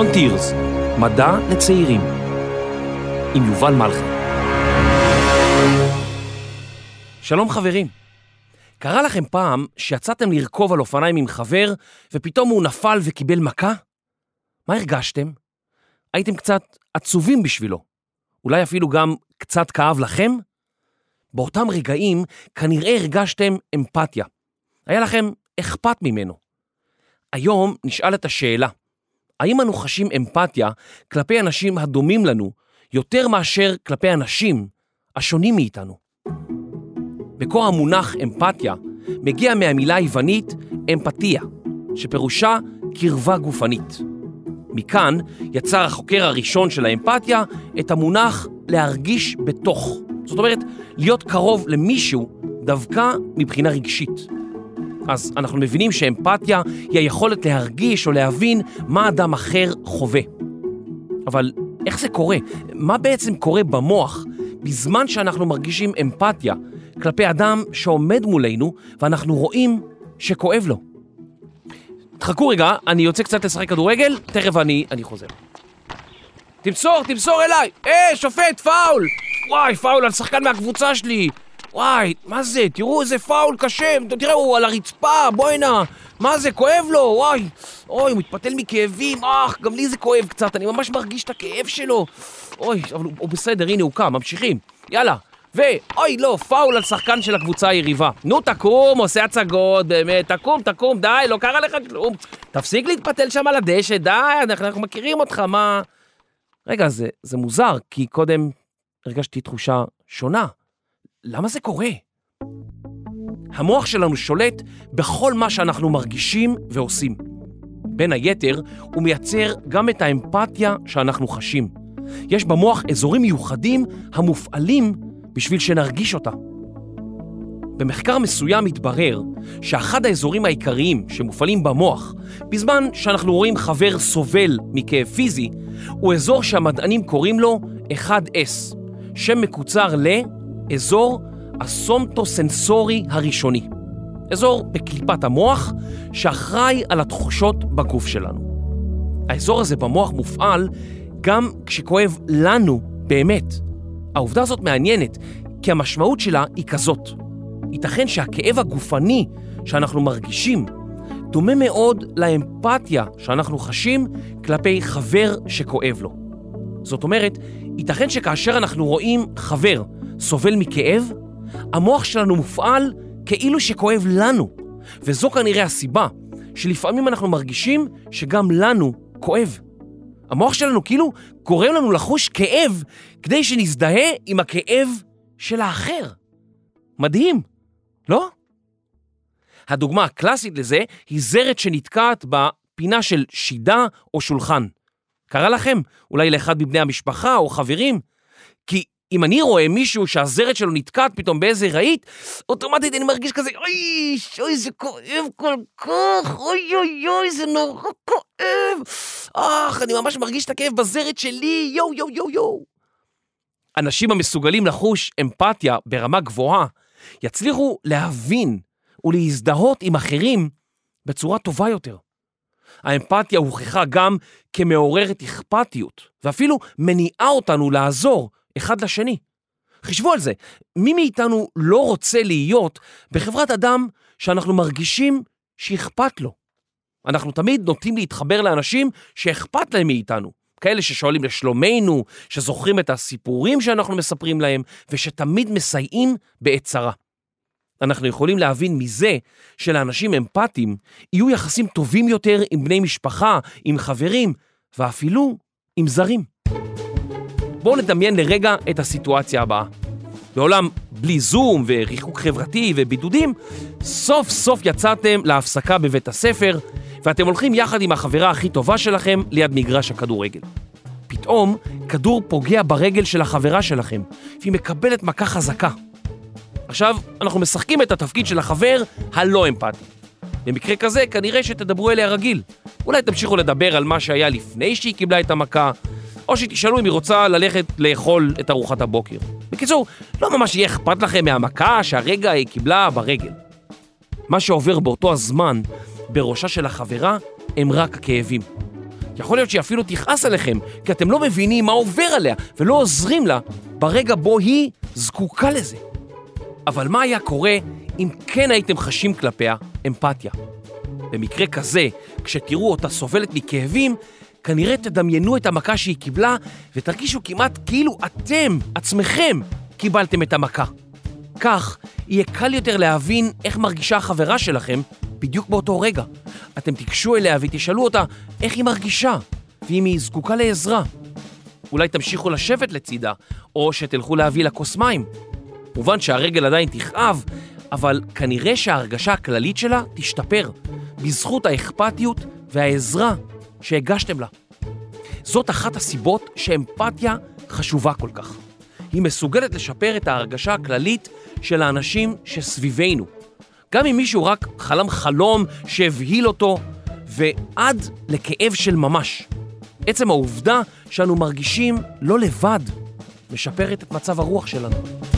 פרונטירס, מדע לצעירים, עם יובל מלכי. שלום חברים. קרה לכם פעם שיצאתם לרכוב על אופניים עם חבר, ופתאום הוא נפל וקיבל מכה? מה הרגשתם? הייתם קצת עצובים בשבילו. אולי אפילו גם קצת כאב לכם? באותם רגעים כנראה הרגשתם אמפתיה. היה לכם אכפת ממנו. היום נשאל את השאלה, האם אנו חשים אמפתיה כלפי אנשים הדומים לנו, יותר מאשר כלפי אנשים השונים מאיתנו? מקור המונח אמפתיה מגיע מהמילה היוונית אמפתיה, שפירושה קרבה גופנית. מכאן יצר החוקר הראשון של האמפתיה את המונח להרגיש בתוך. זאת אומרת, להיות קרוב למישהו דווקא מבחינה רגשית. אז אנחנו מבינים שאמפתיה היא היכולת להרגיש או להבין מה אדם אחר חווה. אבל איך זה קורה? מה בעצם קורה במוח בזמן שאנחנו מרגישים אמפתיה כלפי אדם שעומד מולנו ואנחנו רואים שכואב לו? תחכו רגע, אני יוצא קצת לשחק כדורגל, תכף אני חוזר. תמסור אליי! שופט, פאול! וואי, פאול על שחקן מהקבוצה שלי! וואי, מה זה? תראו איזה פאול קשה, תראו, הוא על הרצפה, בואינה, מה זה? כואב לו, וואי, אוי, הוא מתפתל מכאבים, גם לי זה כואב קצת, אני ממש מרגיש את הכאב שלו. אוי, אבל הוא בסדר, הנה הוא קם, ממשיכים, יאללה. אוי, לא, פאול על שחקן של הקבוצה היריבה. נו, תקום, עושה הצגות, באמת, תקום, די, לא קרה לך כלום. תפסיק להתפתל שם על הדשא, די, אנחנו מכירים אותך, מה? רגע, זה מוזר, כי קודם הרגשתי תחושה שונה. למה זה קורה? המוח שלנו שולט בכל מה שאנחנו מרגישים ועושים. בין היתר, הוא מייצר גם את האמפתיה שאנחנו חשים. יש במוח אזורים מיוחדים המופעלים בשביל שנרגיש אותה. במחקר מסוים מתברר שאחד האזורים העיקריים שמופעלים במוח, בזמן שאנחנו רואים חבר סובל מכאב פיזי, הוא אזור שהמדענים קוראים לו 1S, שם מקוצר לאזור הסומטוסנסורי הראשוני. אזור בקליפת המוח שאחראי על התחושות בגוף שלנו. האזור הזה במוח מופעל גם כשכואב לנו באמת. העובדה הזאת מעניינת, כי המשמעות שלה היא כזאת. ייתכן שהכאב הגופני שאנחנו מרגישים דומה מאוד לאמפתיה שאנחנו חשים כלפי חבר שכואב לו. זאת אומרת, ייתכן שכאשר אנחנו רואים חבר סובל מכאב, המוח שלנו מופעל כאילו שכואב לנו. וזו כנראה הסיבה שלפעמים אנחנו מרגישים שגם לנו כואב. המוח שלנו כאילו גורם לנו לחוש כאב כדי שנזדהה עם הכאב של האחר. מדהים, לא? הדוגמה הקלאסית לזה היא זרת שנתקעת בפינה של שידה או שולחן. קרה לכם? אולי לאחד מבני המשפחה או חברים? כי אם אני רואה מישהו שהזרת שלו נתקעת פתאום באיזה רהיט, אוטומטית אני מרגיש כזה, אוי, זה כואב כל כך, אוי, זה נורא כואב. אני ממש מרגיש את הכאב בזרת שלי, יו. אנשים המסוגלים לחוש אמפתיה ברמה גבוהה, יצליחו להבין ולהזדהות עם אחרים בצורה טובה יותר. האמפתיה הוכחה גם כמעוררת אכפתיות, ואפילו מניעה אותנו לעזור אחד לשני. חשבו על זה, מי מאיתנו לא רוצה להיות בחברת אדם שאנחנו מרגישים שאכפת לו? אנחנו תמיד נוטים להתחבר לאנשים שאכפת להם מאיתנו, כאלה ששואלים לשלומנו, שזוכרים את הסיפורים שאנחנו מספרים להם, ושתמיד מסייעים בעת צרה. אנחנו יכולים להבין מזה שלאנשים אמפתיים יהיו יחסים טובים יותר עם בני משפחה, עם חברים, ואפילו עם זרים. בואו נדמיין לרגע את הסיטואציה הבאה. בעולם בלי זום וריחוק חברתי ובידודים, סוף סוף יצאתם להפסקה בבית הספר, ואתם הולכים יחד עם החברה הכי טובה שלכם ליד מגרש הכדורגל. פתאום כדור פוגע ברגל של החברה שלכם, והיא מקבלת מכה חזקה. עכשיו אנחנו משחקים את התפקיד של החבר הלא אמפתי. במקרה כזה כנראה שתדברו אליה רגיל. אולי תמשיכו לדבר על מה שהיה לפני שהיא קיבלה את המכה, או שתשאלו אם היא רוצה ללכת לאכול את ארוחת הבוקר. בקיצור, לא ממש יהיה אכפת לכם מהמכה שהרגע היא קיבלה ברגל. מה שעובר באותו הזמן בראשה של החברה הם רק הכאבים. יכול להיות שהיא אפילו תכעס עליכם, כי אתם לא מבינים מה עובר עליה, ולא עוזרים לה ברגע בו היא זקוקה לזה. אבל מה היה קורה אם כן הייתם חשים כלפיה אמפתיה? במקרה כזה, כשתראו אותה סובלת מכאבים, כנראה תדמיינו את המכה שהיא קיבלה, ותרגישו כמעט כאילו אתם, עצמכם, קיבלתם את המכה. כך יהיה קל יותר להבין איך מרגישה החברה שלכם בדיוק באותו רגע. אתם תיגשו אליה ותשאלו אותה איך היא מרגישה, ואם היא זקוקה לעזרה. אולי תמשיכו לשבת לצידה, או שתלכו להביא לה כוס מים. מובן שהרגל עדיין תכאב, אבל כנראה שההרגשה הכללית שלה תשתפר, בזכות האכפתיות והעזרה שהגשתם לה. זאת אחת הסיבות שאמפתיה חשובה כל כך. היא מסוגלת לשפר את ההרגשה הכללית של האנשים שסביבנו. גם אם מישהו רק חלם חלום שהבהיל אותו, ועד לכאב של ממש. עצם העובדה שאנו מרגישים לא לבד, משפרת את מצב הרוח שלנו.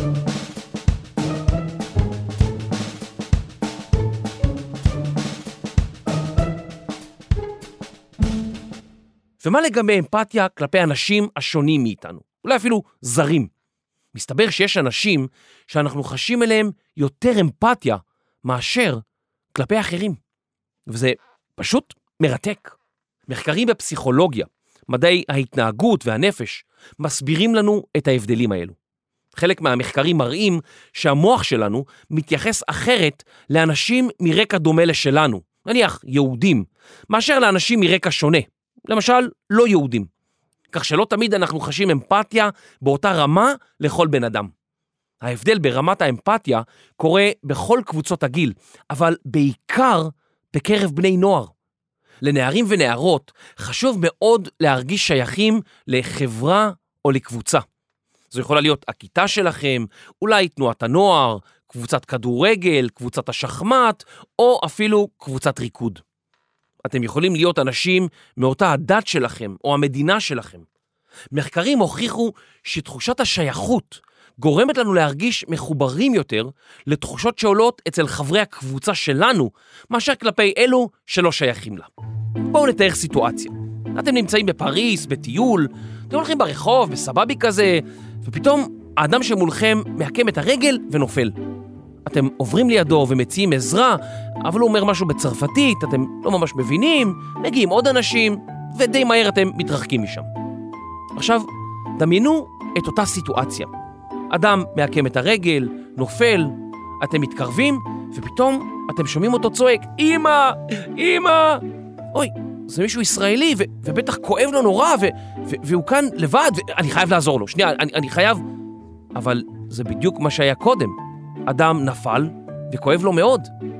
ומה לגבי אמפתיה כלפי אנשים השונים מאיתנו? אולי אפילו זרים. מסתבר שיש אנשים שאנחנו חשים אליהם יותר אמפתיה מאשר כלפי אחרים. וזה פשוט מרתק. מחקרים בפסיכולוגיה, מדעי ההתנהגות והנפש, מסבירים לנו את ההבדלים האלו. חלק מהמחקרים מראים שהמוח שלנו מתייחס אחרת לאנשים מרקע דומה לשלנו, נניח יהודים, מאשר לאנשים מרקע שונה, למשל לא יהודים. כך שלא תמיד אנחנו חשים אמפתיה באותה רמה לכל בן אדם. ההבדל ברמת האמפתיה קורה בכל קבוצות הגיל, אבל בעיקר בקרב בני נוער. לנערים ונערות חשוב מאוד להרגיש שייכים לחברה או לקבוצה. זו יכולה להיות הכיתה שלכם, אולי תנועת הנוער, קבוצת כדורגל, קבוצת השחמט, או אפילו קבוצת ריקוד. אתם יכולים להיות אנשים מאותה הדת שלכם או המדינה שלכם. מחקרים הוכיחו שתחושת השייכות גורמת לנו להרגיש מחוברים יותר לתחושות שעולות אצל חברי הקבוצה שלנו, מאשר כלפי אלו שלא שייכים לה. בואו נתאר סיטואציה. אתם נמצאים בפריס, בטיול, אתם הולכים ברחוב, בסבבי כזה, ופתאום האדם שמולכם מעקם את הרגל ונופל. אתם עוברים לידו ומציעים עזרה, אבל הוא אומר משהו בצרפתית, אתם לא ממש מבינים, מגיעים עוד אנשים, ודי מהר אתם מתרחקים משם. עכשיו, דמיינו את אותה סיטואציה. אדם מעקם את הרגל, נופל, אתם מתקרבים, ופתאום אתם שומעים אותו צועק, אמא, אמא! אוי, זה מישהו ישראלי, ובטח כואב לו נורא, והוא כאן לבד, ואני חייב לעזור לו. שנייה, אני חייב... אבל זה בדיוק מה שהיה קודם. אדם נפל, וכואב לו מאוד.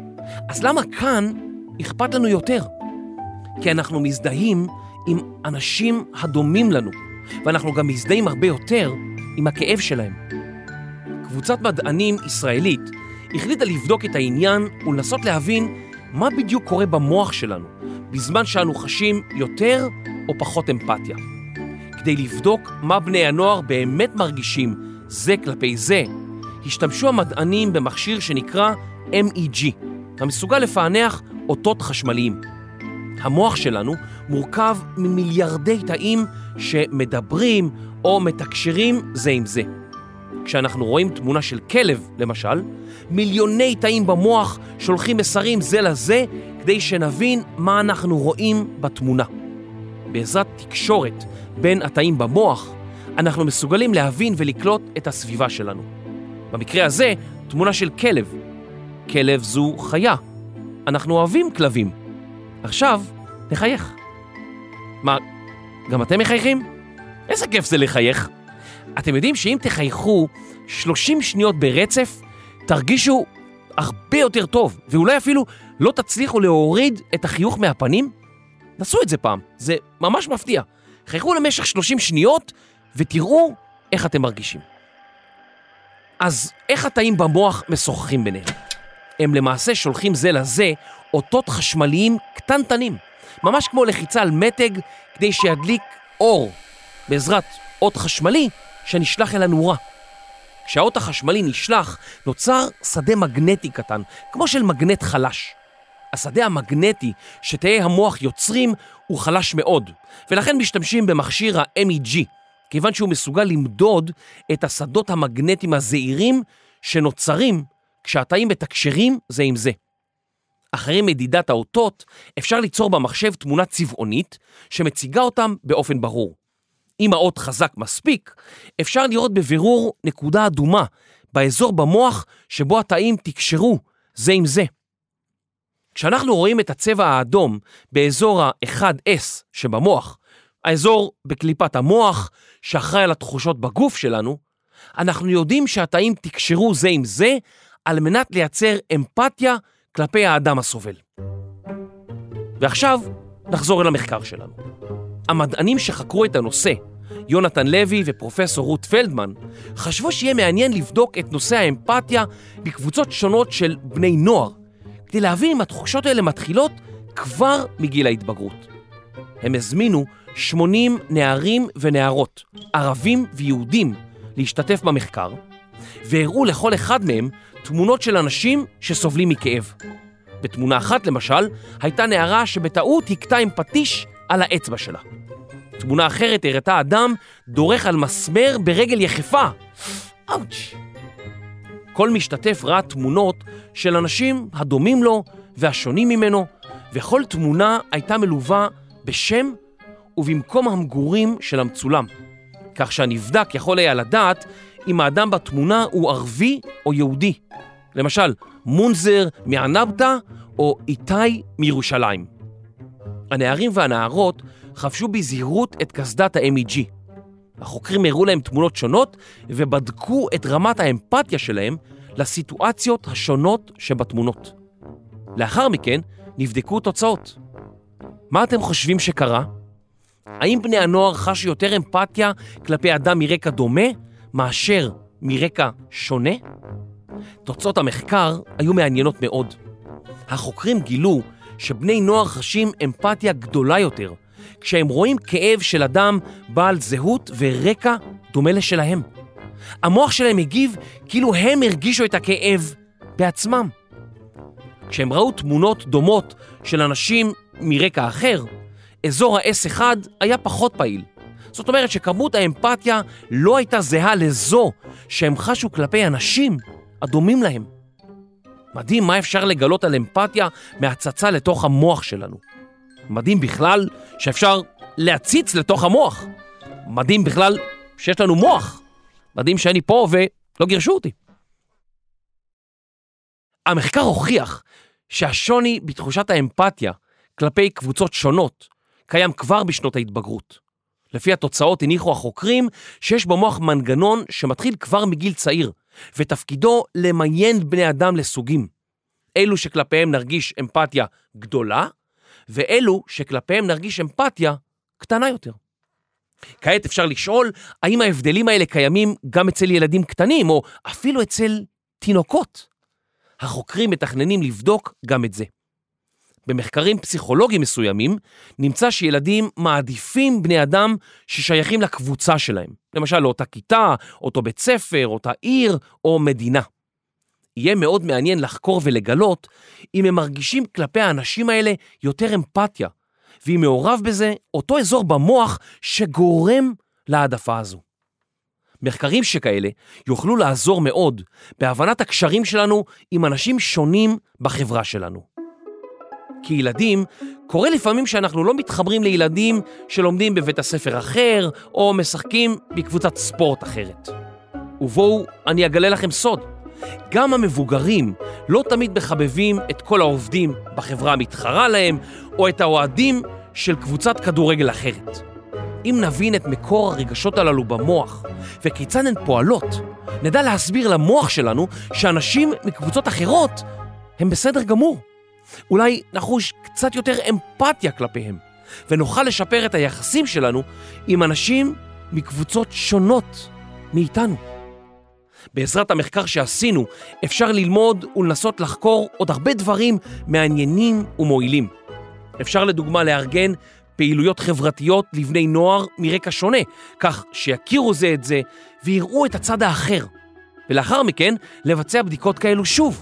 אז למה כאן אכפת לנו יותר? כי אנחנו מזדהים עם אנשים הדומים לנו, ואנחנו גם מזדהים הרבה יותר עם הכאב שלהם. קבוצת מדענים ישראלית החליטה לבדוק את העניין ולנסות להבין מה בדיוק קורה במוח שלנו, בזמן שאנו חשים יותר או פחות אמפתיה. כדי לבדוק מה בני הנוער באמת מרגישים זה כלפי זה, השתמשו המדענים במכשיר שנקרא MEG, המסוגל לפענח אותות חשמליים. המוח שלנו מורכב ממיליארדי תאים שמדברים או מתקשרים זה עם זה. כשאנחנו רואים תמונה של כלב, למשל, מיליוני תאים במוח שולחים מסרים זה לזה כדי שנבין מה אנחנו רואים בתמונה. בעזרת תקשורת בין התאים במוח, אנחנו מסוגלים להבין ולקלוט את הסביבה שלנו. במקרה הזה, תמונה של כלב. כלב זו חיה. אנחנו אוהבים כלבים. עכשיו, נחייך. מה, גם אתם מחייכים? איזה כיף זה לחייך. אתם יודעים שאם תחייכו 30 שניות ברצף, תרגישו הרבה יותר טוב, ואולי אפילו לא תצליחו להוריד את החיוך מהפנים? נסו את זה פעם, זה ממש מפתיע. חייכו למשך 30 שניות ותראו איך אתם מרגישים. אז איך התאים במוח משוחחים ביניהם? הם למעשה שולחים זה לזה אותות חשמליים קטנטנים, ממש כמו לחיצה על מתג כדי שידליק אור, בעזרת אות חשמלי שנשלח אל הנורה. כשהאות החשמלי נשלח, נוצר שדה מגנטי קטן, כמו של מגנט חלש. השדה המגנטי שתאי המוח יוצרים הוא חלש מאוד, ולכן משתמשים במכשיר ה-MEG, כיוון שהוא מסוגל למדוד את השדות המגנטיים הזעירים שנוצרים כשהתאים מתקשרים זה עם זה. אחרי מדידת האותות אפשר ליצור במחשב תמונה צבעונית שמציגה אותם באופן ברור. אם האות חזק מספיק, אפשר לראות בבירור נקודה אדומה באזור במוח שבו התאים תקשרו זה עם זה. כשאנחנו רואים את הצבע האדום באזור ה-1S שבמוח, האזור בקליפת המוח שאחראי על התחושות בגוף שלנו, אנחנו יודעים שהתאים תקשרו זה עם זה על מנת לייצר אמפתיה כלפי האדם הסובל. ועכשיו נחזור אל המחקר שלנו. המדענים שחקרו את הנושא, יונתן לוי ופרופסור רות פלדמן, חשבו שיהיה מעניין לבדוק את נושא האמפתיה בקבוצות שונות של בני נוער, כדי להבין אם התחושות האלה מתחילות כבר מגיל ההתבגרות. הם הזמינו 80 נערים ונערות, ערבים ויהודים, להשתתף במחקר, והראו לכל אחד מהם תמונות של אנשים שסובלים מכאב. בתמונה אחת למשל, הייתה נערה שבטעות הכתה עם פטיש על האצבע שלה. תמונה אחרת הראתה אדם דורך על מסמר ברגל יחפה. אוץ'. כל משתתף ראה תמונות של אנשים הדומים לו והשונים ממנו, וכל תמונה הייתה מלווה בשם ובמקום המגורים של המצולם, כך שהנבדק יכול היה לדעת אם האדם בתמונה הוא ערבי או יהודי. למשל, מונזר מענבטה או איתי מירושלים. הנערים והנערות חבשו בזהירות את קסדת ה-MEG. החוקרים הראו להם תמונות שונות ובדקו את רמת האמפתיה שלהם לסיטואציות השונות שבתמונות. לאחר מכן נבדקו תוצאות. מה אתם חושבים שקרה? האם בני הנוער חשו יותר אמפתיה כלפי אדם מרקע דומה מאשר מרקע שונה? תוצאות המחקר היו מעניינות מאוד. החוקרים גילו שבני נוער חשים אמפתיה גדולה יותר כשהם רואים כאב של אדם בעל זהות ורקע דומה לשלהם. המוח שלהם הגיב כאילו הם הרגישו את הכאב בעצמם. כשהם ראו תמונות דומות של אנשים מרקע אחר, אזור ה-S1 היה פחות פעיל. זאת אומרת שכמות האמפתיה לא הייתה זהה לזו שהם חשו כלפי אנשים הדומים להם. מדהים מה אפשר לגלות על אמפתיה מהצצה לתוך המוח שלנו. מדהים בכלל שאפשר להציץ לתוך המוח. מדהים בכלל שיש לנו מוח. מדהים שאני פה ולא גירשו אותי. המחקר הוכיח שהשוני בתחושת האמפתיה כלפי קבוצות שונות קיים כבר בשנות ההתבגרות. לפי התוצאות הניחו החוקרים שיש במוח מנגנון שמתחיל כבר מגיל צעיר, ותפקידו למיין בני אדם לסוגים. אלו שכלפיהם נרגיש אמפתיה גדולה, ואלו שכלפיהם נרגיש אמפתיה קטנה יותר. כעת אפשר לשאול האם ההבדלים האלה קיימים גם אצל ילדים קטנים, או אפילו אצל תינוקות. החוקרים מתכננים לבדוק גם את זה. במחקרים פסיכולוגיים מסוימים נמצא שילדים מעדיפים בני אדם ששייכים לקבוצה שלהם. למשל לאותה כיתה, אותו בית ספר, אותה עיר או מדינה. יהיה מאוד מעניין לחקור ולגלות אם הם מרגישים כלפי האנשים האלה יותר אמפתיה, ואם מעורב בזה אותו אזור במוח שגורם להעדפה הזו. מחקרים שכאלה יוכלו לעזור מאוד בהבנת הקשרים שלנו עם אנשים שונים בחברה שלנו. כילדים, קורה לפעמים שאנחנו לא מתחברים לילדים שלומדים בבית הספר אחר או משחקים בקבוצת ספורט אחרת. ובואו אני אגלה לכם סוד. גם המבוגרים לא תמיד מחבבים את כל העובדים בחברה המתחרה להם או את האוהדים של קבוצת כדורגל אחרת. אם נבין את מקור הרגשות הללו במוח וכיצד הן פועלות, נדע להסביר למוח שלנו שאנשים מקבוצות אחרות הם בסדר גמור. אולי נחוש קצת יותר אמפתיה כלפיהם, ונוכל לשפר את היחסים שלנו עם אנשים מקבוצות שונות מאיתנו. בעזרת המחקר שעשינו, אפשר ללמוד ולנסות לחקור עוד הרבה דברים מעניינים ומועילים. אפשר לדוגמה לארגן פעילויות חברתיות לבני נוער מרקע שונה, כך שיכירו זה את זה ויראו את הצד האחר. ולאחר מכן לבצע בדיקות כאלו שוב.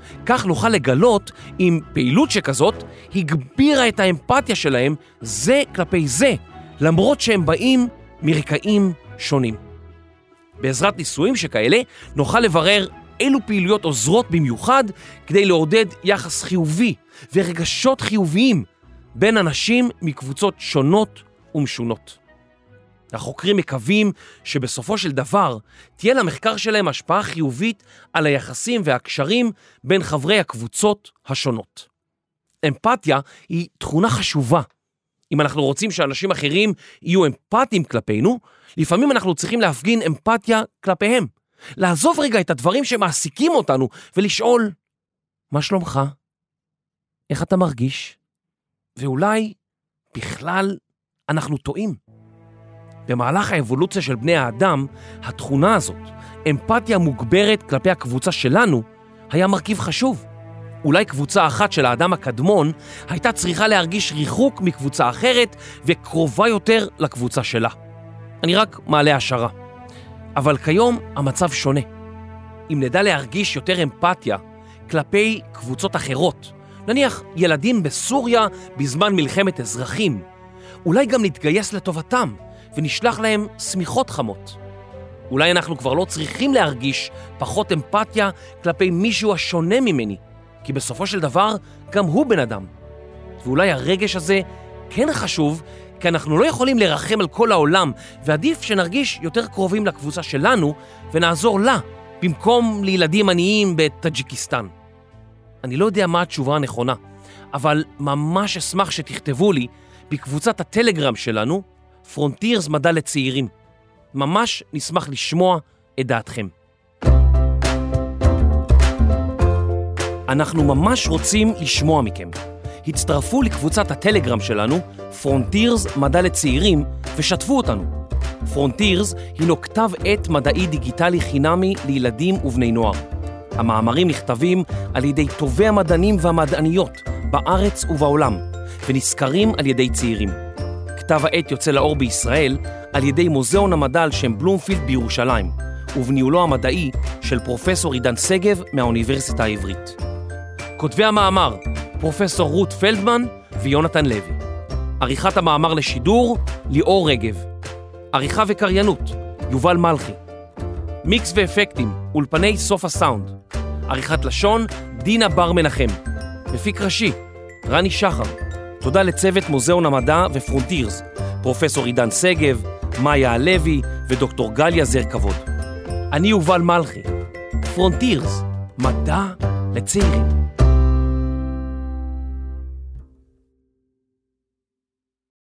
כך נוכל לגלות אם פעילות שכזאת הגבירה את האמפתיה שלהם זה כלפי זה, למרות שהם באים מרקעים שונים. בעזרת ניסויים שכאלה נוכל לברר אילו פעילויות עוזרות במיוחד כדי לעודד יחס חיובי ורגשות חיוביים בין אנשים מקבוצות שונות ומשונות. החוקרים מקווים שבסופו של דבר תהיה למחקר שלהם השפעה חיובית על היחסים והקשרים בין חברי הקבוצות השונות. אמפתיה היא תכונה חשובה. אם אנחנו רוצים שאנשים אחרים יהיו אמפתיים כלפינו, לפעמים אנחנו צריכים להפגין אמפתיה כלפיהם. לעזוב רגע את הדברים שמעסיקים אותנו ולשאול, מה שלומך? איך אתה מרגיש? ואולי בכלל אנחנו טועים. במהלך האבולוציה של בני האדם, התכונה הזאת, אמפתיה מוגברת כלפי הקבוצה שלנו, היה מרכיב חשוב. אולי קבוצה אחת של האדם הקדמון הייתה צריכה להרגיש ריחוק מקבוצה אחרת וקרובה יותר לקבוצה שלה. אני רק מעלה השערה. אבל כיום המצב שונה. אם נדע להרגיש יותר אמפתיה כלפי קבוצות אחרות, נניח ילדים בסוריה בזמן מלחמת אזרחים, אולי גם נתגייס לטובתם ונשלח להם שמיכות חמות. אולי אנחנו כבר לא צריכים להרגיש פחות אמפתיה כלפי מישהו השונה ממני, כי בסופו של דבר גם הוא בן אדם. ואולי הרגש הזה כן חשוב, כי אנחנו לא יכולים לרחם על כל העולם, ועדיף שנרגיש יותר קרובים לקבוצה שלנו ונעזור לה, במקום לילדים עניים בטאג'יקיסטן. אני לא יודע מה התשובה הנכונה, אבל ממש אשמח שתכתבו לי בקבוצת הטלגרם שלנו, פרונטירס מדע לצעירים. ממש נשמח לשמוע את דעתכם. אנחנו ממש רוצים לשמוע מכם. הצטרפו לקבוצת הטלגרם שלנו, פרונטירס מדע לצעירים, ושתפו אותנו. פרונטירס הינו כתב עת מדעי דיגיטלי חינמי לילדים ובני נוער. המאמרים נכתבים על ידי טובי המדענים והמדעניות בארץ ובעולם, ונזכרים על ידי צעירים. כתב העת יוצא לאור בישראל על ידי מוזיאון המדע על שם בלומפילד בירושלים, ובניהולו המדעי של פרופסור עידן שגב מהאוניברסיטה העברית. כותבי המאמר, פרופסור רות פלדמן ויונתן לוי. עריכת המאמר לשידור, ליאור רגב. עריכה וקריינות, יובל מלכי. מיקס ואפקטים, אולפני סוף הסאונד. עריכת לשון, דינה בר מנחם. מפיק ראשי, רני שחר. תודה לצוות מוזיאון המדע ופרונטירס, פרופסור עידן שגב, מאיה הלוי ודוקטור גליה זר כבוד. אני יובל מלכי. פרונטירס, מדע לצעירים.